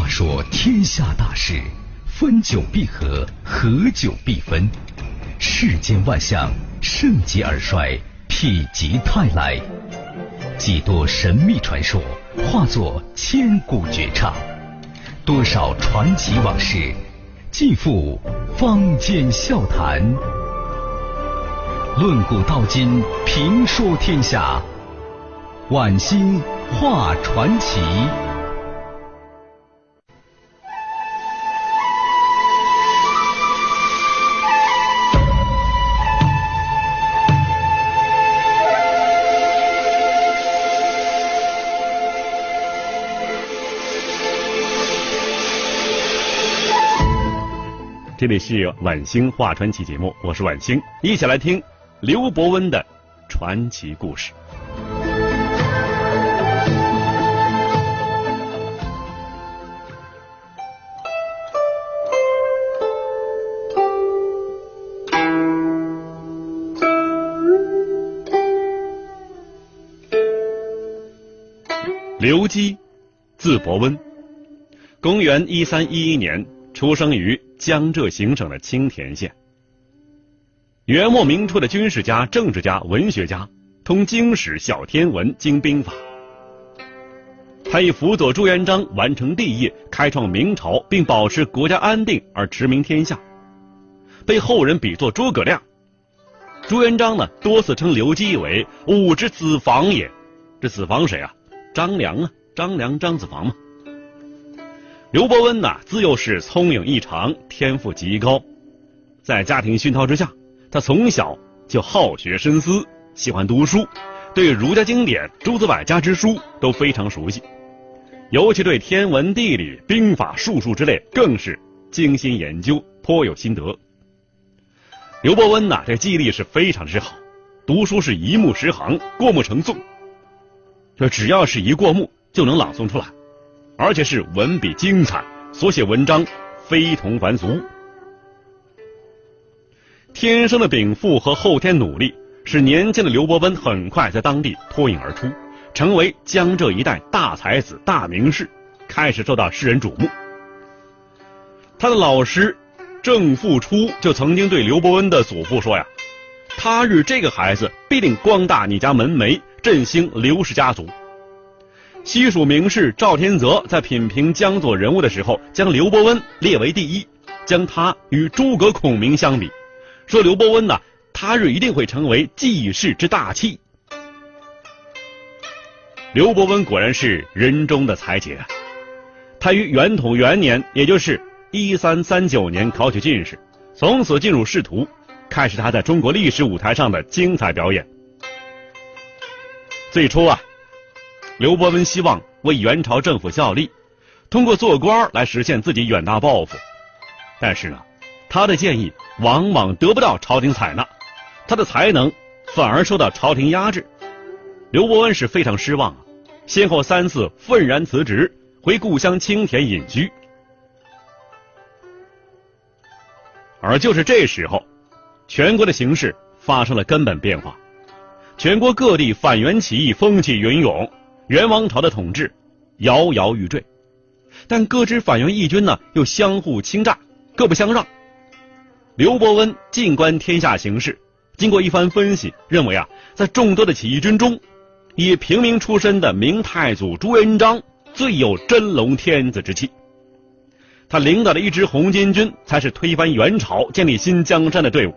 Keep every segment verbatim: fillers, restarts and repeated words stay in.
话说天下大事，分久必合，合久必分。世间万象，盛极而衰，否极泰来。几多神秘传说化作千古绝唱，多少传奇往事尽付坊间笑谈。论古道今，评说天下，晚星话传奇。 这里是晚星话传奇节目，我是晚星，一起来听刘伯温的传奇故事。刘基，字伯温，公元一三一一年出生于江浙行省的青田县。元末明初的军事家、政治家、文学家，通经史、晓天文、经兵法。他以辅佐朱元璋完成帝业、开创明朝并保持国家安定而驰名天下，被后人比作诸葛亮。朱元璋呢，多次称刘基为吾之子房也。这子房谁啊？张良啊，张良、张子房嘛。刘伯温呐，自幼是聪颖异常，天赋极高。在家庭熏陶之下，他从小就好学深思，喜欢读书，对儒家经典、诸子百家之书都非常熟悉，尤其对天文、地理、兵法、术数之类更是精心研究，颇有心得。刘伯温呐，这记忆力是非常之好，读书是一目十行，过目成诵，这只要是一过目就能朗诵出来。而且是文笔精彩，所写文章非同凡俗。天生的禀赋和后天努力，使年轻的刘伯温很快在当地脱颖而出，成为江浙一带大才子、大名士，开始受到世人瞩目。他的老师郑复初就曾经对刘伯温的祖父说呀：“他日这个孩子必定光大你家门楣，振兴刘氏家族。”西蜀名士赵天泽在品评江左人物的时候，将刘伯温列为第一，将他与诸葛孔明相比，说刘伯温呢，他日一定会成为济世之大器。刘伯温果然是人中的才杰，他于元统元年，也就是一三三九年考取进士，从此进入仕途，开始他在中国历史舞台上的精彩表演。最初啊，刘伯温希望为元朝政府效力，通过做官来实现自己远大抱负。但是呢，他的建议往往得不到朝廷采纳，他的才能反而受到朝廷压制。刘伯温是非常失望啊，先后三次愤然辞职，回故乡青田隐居。而就是这时候，全国的形势发生了根本变化，全国各地反元起义风起云涌，元王朝的统治摇摇欲坠，但各支反元义军呢又相互倾轧，各不相让。刘伯温静观天下形势，经过一番分析，认为啊，在众多的起义军中，以平民出身的明太祖朱元璋最有真龙天子之气。他领导的一支红巾军才是推翻元朝、建立新江山的队伍。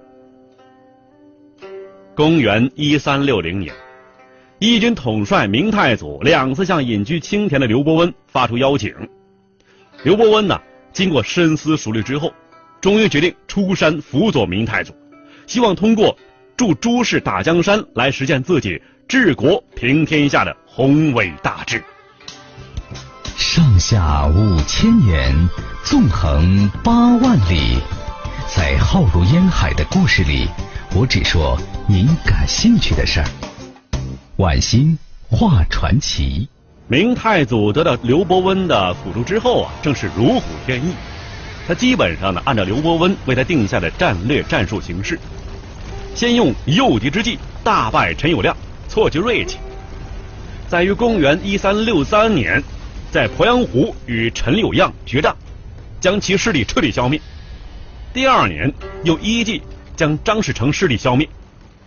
公元一三六零年，义军统帅明太祖两次向隐居青田的刘伯温发出邀请。刘伯温呢，经过深思熟虑之后，终于决定出山辅佐明太祖，希望通过助朱氏打江山来实现自己治国平天下的宏伟大志。 上下五千年，纵横八万里，在浩如烟海的故事里，我只说您感兴趣的事儿。晚星话传奇。 明太祖得到刘伯温的辅助之后啊，正是如虎添翼。他基本上呢，按照刘伯温为他定下的战略战术行事，先用诱敌之计大败陈友谅，挫其锐气。在于公元一三六三年， 在鄱阳湖与陈六样决战，将其势力彻底消灭。第二年又依计将张士诚势力消灭。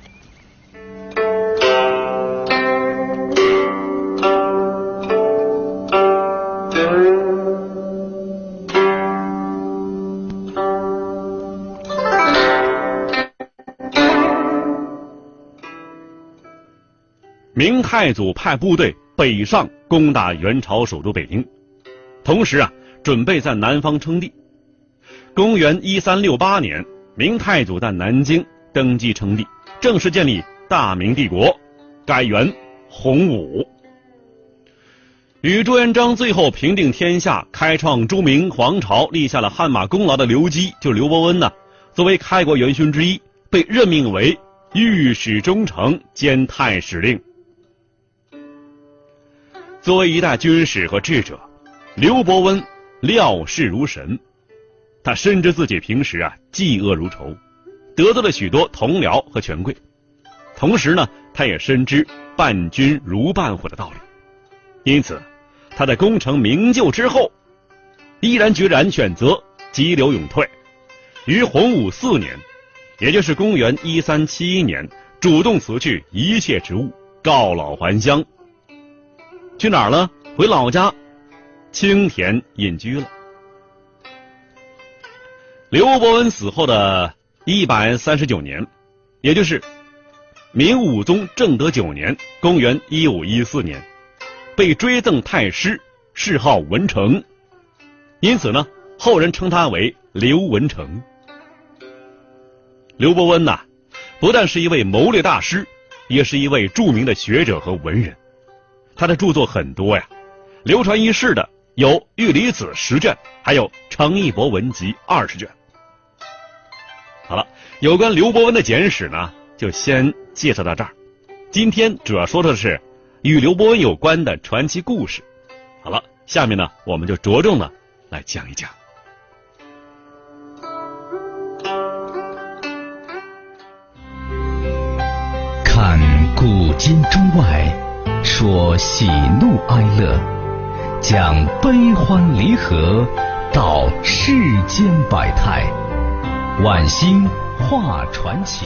明太祖派部队北上攻打元朝首都北京，同时啊，准备在南方称帝。公元一三六八年，明太祖在南京登基称帝，正式建立大明帝国，改元洪武。与朱元璋最后平定天下、开创朱明皇朝、立下了汗马功劳的刘基，就刘伯温呢，作为开国元勋之一，被任命为御史中丞兼太史令。作为一代军事和智者，刘伯温料事如神。他深知自己平时啊嫉恶如仇，得罪了许多同僚和权贵，同时呢，他也深知伴君如伴虎的道理。因此，他在功成名就之后，毅然决然选择急流勇退，于洪武四年，也就是公元一三七一年，主动辞去一切职务，告老还乡。去哪儿了？回老家青田隐居了。刘伯温死后的一百三十九年，也就是明武宗正德九年，公元一五一四年，被追赠太师，谥号文成，因此呢，后人称他为刘文成。刘伯温呐、啊，不但是一位谋略大师，也是一位著名的学者和文人。他的著作很多呀，流传一世的有《玉离子》十卷，还有《程义博文集》二十卷。好了，有关刘伯温的简史呢，就先介绍到这儿。今天主要说的是与刘伯温有关的传奇故事。好了，下面呢，我们就着重的来讲一讲。 看古今中外，说喜怒哀乐，讲悲欢离合，道世间百态，晚星话传奇。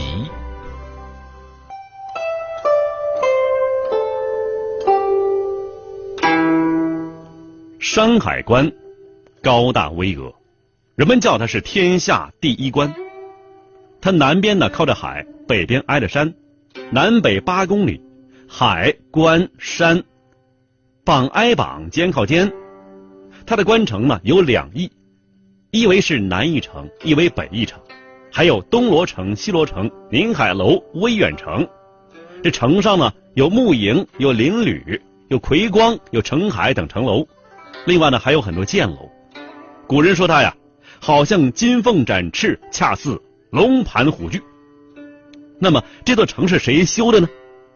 山海关高大巍峨，人们叫它是天下第一关。它南边呢靠着海，北边挨着山，南北八公里，海关山绑挨绑，肩靠肩。它的关城呢有两翼，一为是南翼城，一为北翼城，还有东罗城、西罗城、宁海楼、威远城。这城上呢有沐营，有林旅，有葵光，有澄海等城楼。另外呢还有很多箭楼。古人说它呀好像金凤展翅，恰似龙盘虎踞。那么这座城是谁修的呢？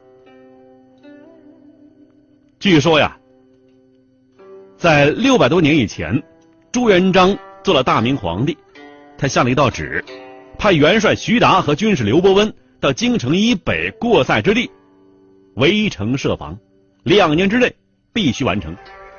据说呀，在六百多年以前，朱元璋做了大明皇帝，他下了一道旨，派元帅徐达和军师刘伯温到京城以北过塞之地围城设防，两年之内必须完成。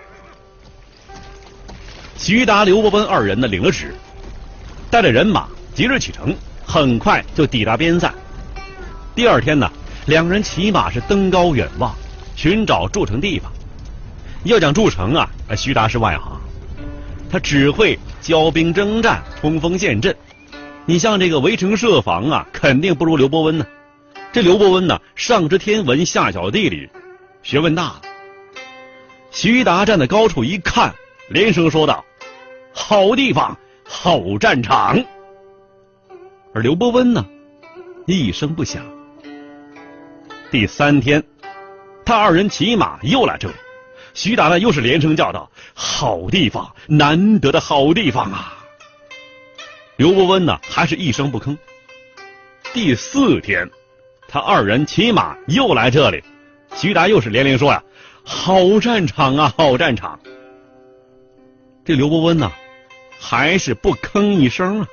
徐达、刘伯温二人呢领了旨，带着人马即日启程，很快就抵达边塞。第二天呢，两人骑马是登高远望，寻找筑城地方。要讲筑城啊，徐达是外行，他只会骄兵征战，冲锋陷阵。你像这个围城设防啊，肯定不如刘伯温呢。这刘伯温呢，上知天文，下晓地理，学问大了。徐达站在高处一看，连声说道：“好地方，好战场。”而刘伯温呢，一声不响。第三天，他二人骑马又来这里，徐达呢又是连声叫道：“好地方，难得的好地方啊！”刘伯温呢还是一声不吭。第四天，他二人骑马又来这里，徐达又是连连说呀：“好战场啊，好战场！”这刘伯温呢还是不吭一声啊。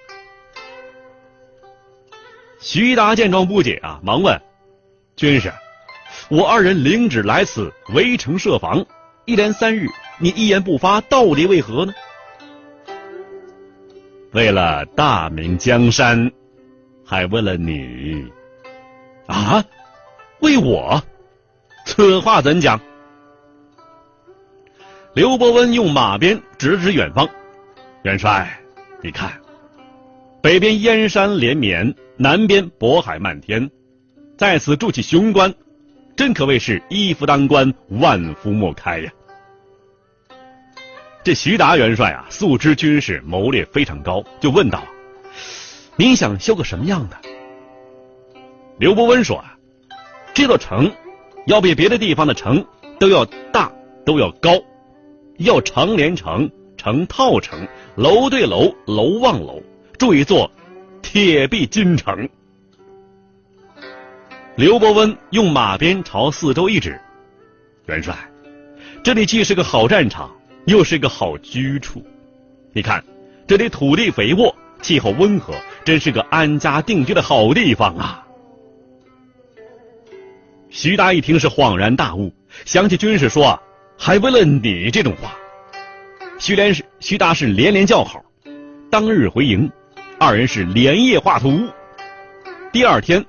徐达见状不解啊，忙问：“军师，我二人领旨来此围城设防， 一连三日你一言不发，到底为何呢？为了大明江山，还为了你。啊？为我？此话怎讲？刘伯温用马鞭指指远方，元帅，你看，北边燕山连绵，南边渤海漫天，在此筑起雄关，真可谓是一夫当关，万夫莫开呀。这徐达元帅啊，素知军事谋略非常高，就问道：您想修个什么样的？刘伯温说啊，这座城要比别的地方的城都要大，都要高，要城连城，城套城，楼对楼，楼望楼，筑一座铁壁金城。刘伯温用马鞭朝四周一指：元帅，这里既是个好战场，又是个好居处。你看，这里土地肥沃，气候温和，真是个安家定居的好地方啊。徐达一听是恍然大悟，想起军士说啊，还为了你这种话。徐连是徐达是连连叫好，当日回营，二人是连夜画图。第二天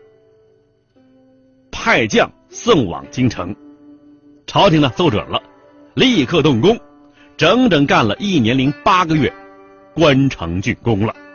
派将送往京城，朝廷呢奏准了，立刻动工，整整干了一年零八个月，关城竣工了。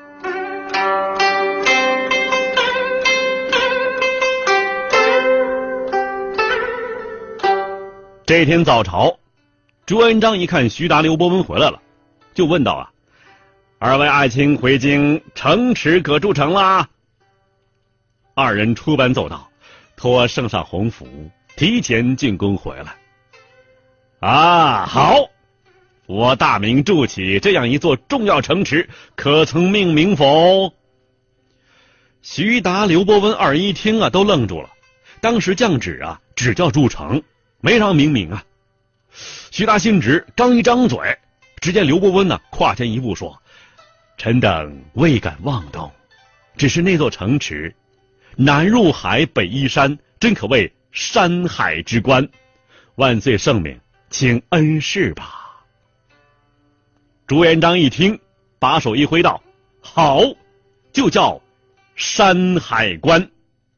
这天早朝，朱元璋一看徐达、刘伯温回来了，就问道啊：二位爱卿回京，城池可筑成啦？二人出班奏道，托圣上洪福，提前进宫回来。啊，好！我大明筑起这样一座重要城池，可曾命名否？徐达、刘伯温二人一听啊，都愣住了。当时降旨啊，只叫筑城，没让明名啊。徐达心直，刚一张嘴，只见刘伯温呢、啊、跨前一步说：臣等未敢妄动，只是那座城池南入海，北依山，真可谓山海之关。万岁圣明，请恩示吧。朱元璋一听，把手一挥道：好，就叫山海关。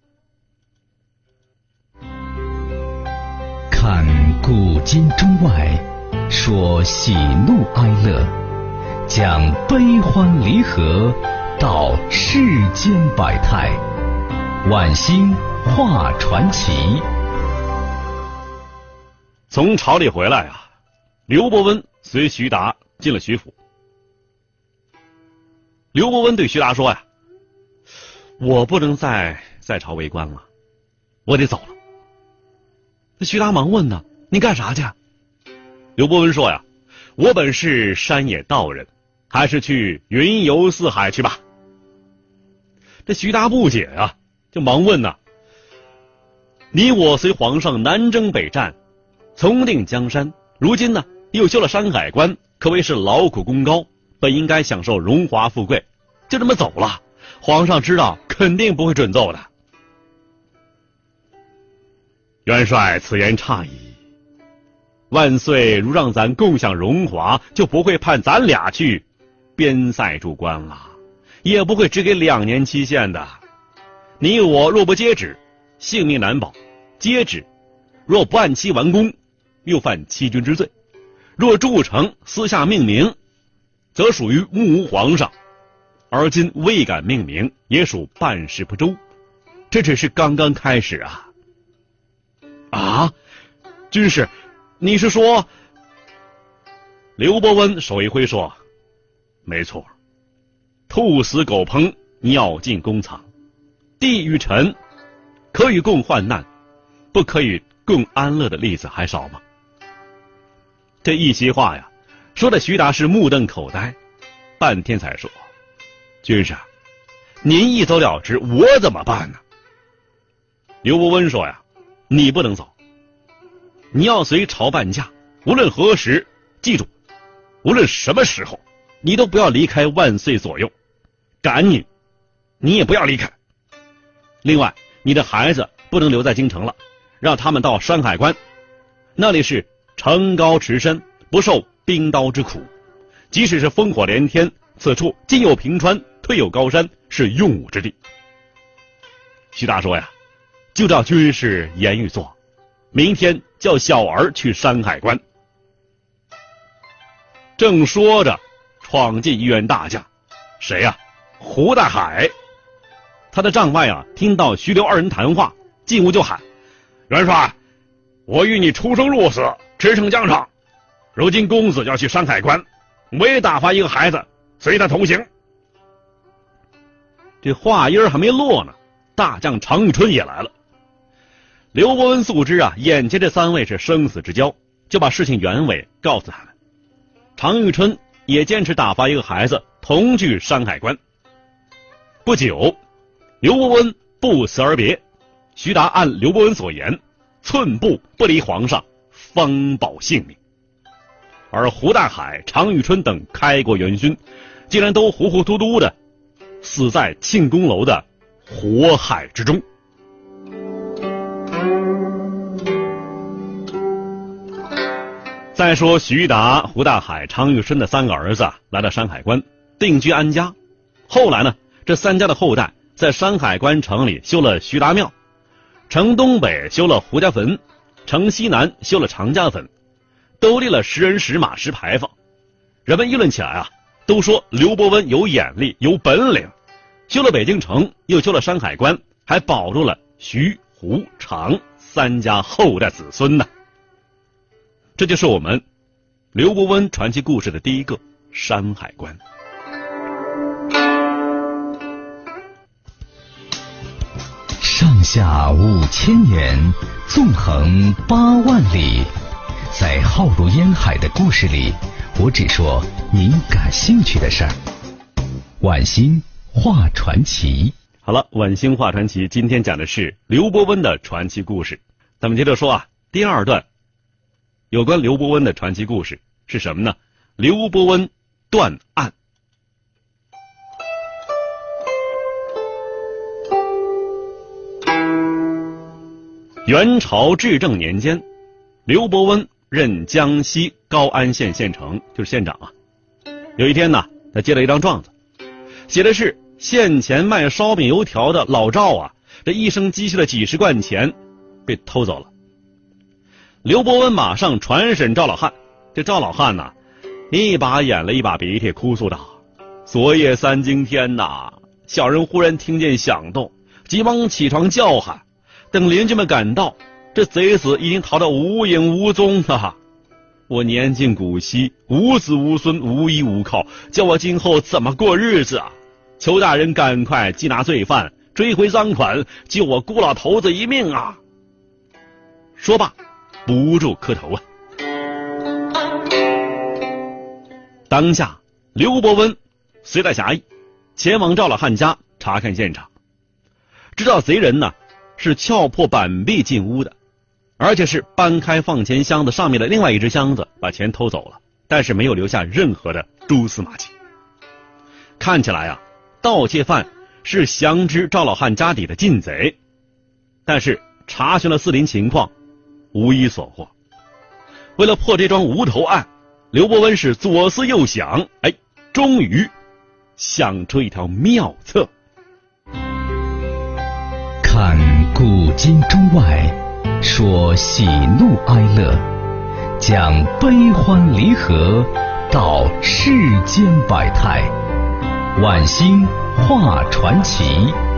看古今中外，说喜怒哀乐，讲悲欢离合，道世间百态，晚星话传奇。 从朝里回来啊，刘伯温随徐达进了徐府。刘伯温对徐达说呀：我不能再在朝为官了，我得走了。那徐达忙问呢：你干啥去？刘伯温说呀：我本是山野道人，还是去云游四海去吧。这徐达不解啊，就忙问呢：你我随皇上南征北战，从定江山，如今呢又修了山海关，可谓是劳苦功高，本应该享受荣华富贵，就这么走了，皇上知道肯定不会准奏的。元帅此言差矣，万岁如让咱共享荣华，就不会判咱俩去边塞驻关了，也不会只给两年期限的。你我若不接旨，性命难保；接旨，若不按期完工，又犯欺君之罪；若筑城私下命名，则属于目无皇上。而今未敢命名，也属办事不周。这只是刚刚开始啊！啊，军士，你是说？刘伯温手一挥说：没错，兔死狗烹，鸟进弓藏。地与臣可以共患难，不可以共安乐的例子还少吗？这一席话呀，说的徐达是目瞪口呆，半天才说：军士，您一走了之，我怎么办呢？刘伯温说呀：你不能走，你要随朝办驾，无论何时，记住，无论什么时候，你都不要离开万岁左右。赶你，你也不要离开。另外，你的孩子不能留在京城了，让他们到山海关，那里是城高池深，不受冰刀之苦。即使是烽火连天，此处进有平川，退有高山，是用武之地。徐达说呀，就照军师言语做，明天叫小儿去山海关。正说着，闯进一员大将，谁呀？胡大海。他的帐外啊，听到徐刘二人谈话，进屋就喊：元帅，我与你出生入死，驰骋疆场，如今公子要去山海关，我也打发一个孩子随他同行。这话音还没落呢，大将常遇春也来了。刘伯温素知啊，眼前这三位是生死之交，就把事情原委告诉他们。常遇春也坚持打发一个孩子同去山海关。不久，刘伯温不辞而别，徐达按刘伯温所言，寸步不离皇上，方保性命。而胡大海、常遇春等开国元勋，竟然都糊糊涂涂的死在庆功楼的火海之中。再说徐达、胡大海、常遇春的三个儿子来到山海关定居安家。后来呢，这三家的后代在山海关城里修了徐达庙，城东北修了胡家坟，城西南修了常家坟，都立了十人十马十牌坊。人们议论起来啊，都说刘伯温有眼力有本领，修了北京城，又修了山海关，还保住了徐、胡、常三家后代子孙呢。这就是我们刘伯温传奇故事的第一个山海关。 上下五千年，纵横八万里，在浩如烟海的故事里，我只说您感兴趣的事儿。晚星话传奇。 好了，晚星话传奇今天讲的是刘伯温的传奇故事。咱们接着说啊，第二段有关刘伯温的传奇故事是什么呢？刘伯温断案。元朝至正年间，刘伯温任江西高安县县城，就是县长啊。有一天呢，他接了一张状子，写的是县前卖烧饼油条的老赵啊，这一生积蓄了几十贯钱被偷走了。刘伯温马上传审赵老汉，这赵老汉呐，一把眼泪一把鼻涕，哭诉道：昨夜三更天呐，小人忽然听见响动，急忙起床叫喊，等邻居们赶到，这贼子已经逃得无影无踪了。我年近古稀，无子无孙，无依无靠，叫我今后怎么过日子啊？求大人赶快缉拿罪犯，追回赃款，救我孤老头子一命啊！说罢不住磕头啊。当下刘伯温随带衙役前往赵老汉家查看现场，知道贼人呢是撬破板壁进屋的，而且是搬开放钱箱子上面的另外一只箱子把钱偷走了，但是没有留下任何的蛛丝马迹。看起来啊，盗窃犯是详知赵老汉家底的进贼，但是查询了四邻情况，无一所获。为了破这桩无头案，刘伯温是左思右想，哎，终于想出一条妙策。 看古今中外，说喜怒哀乐，讲悲欢离合，道世间百态，晚星话传奇。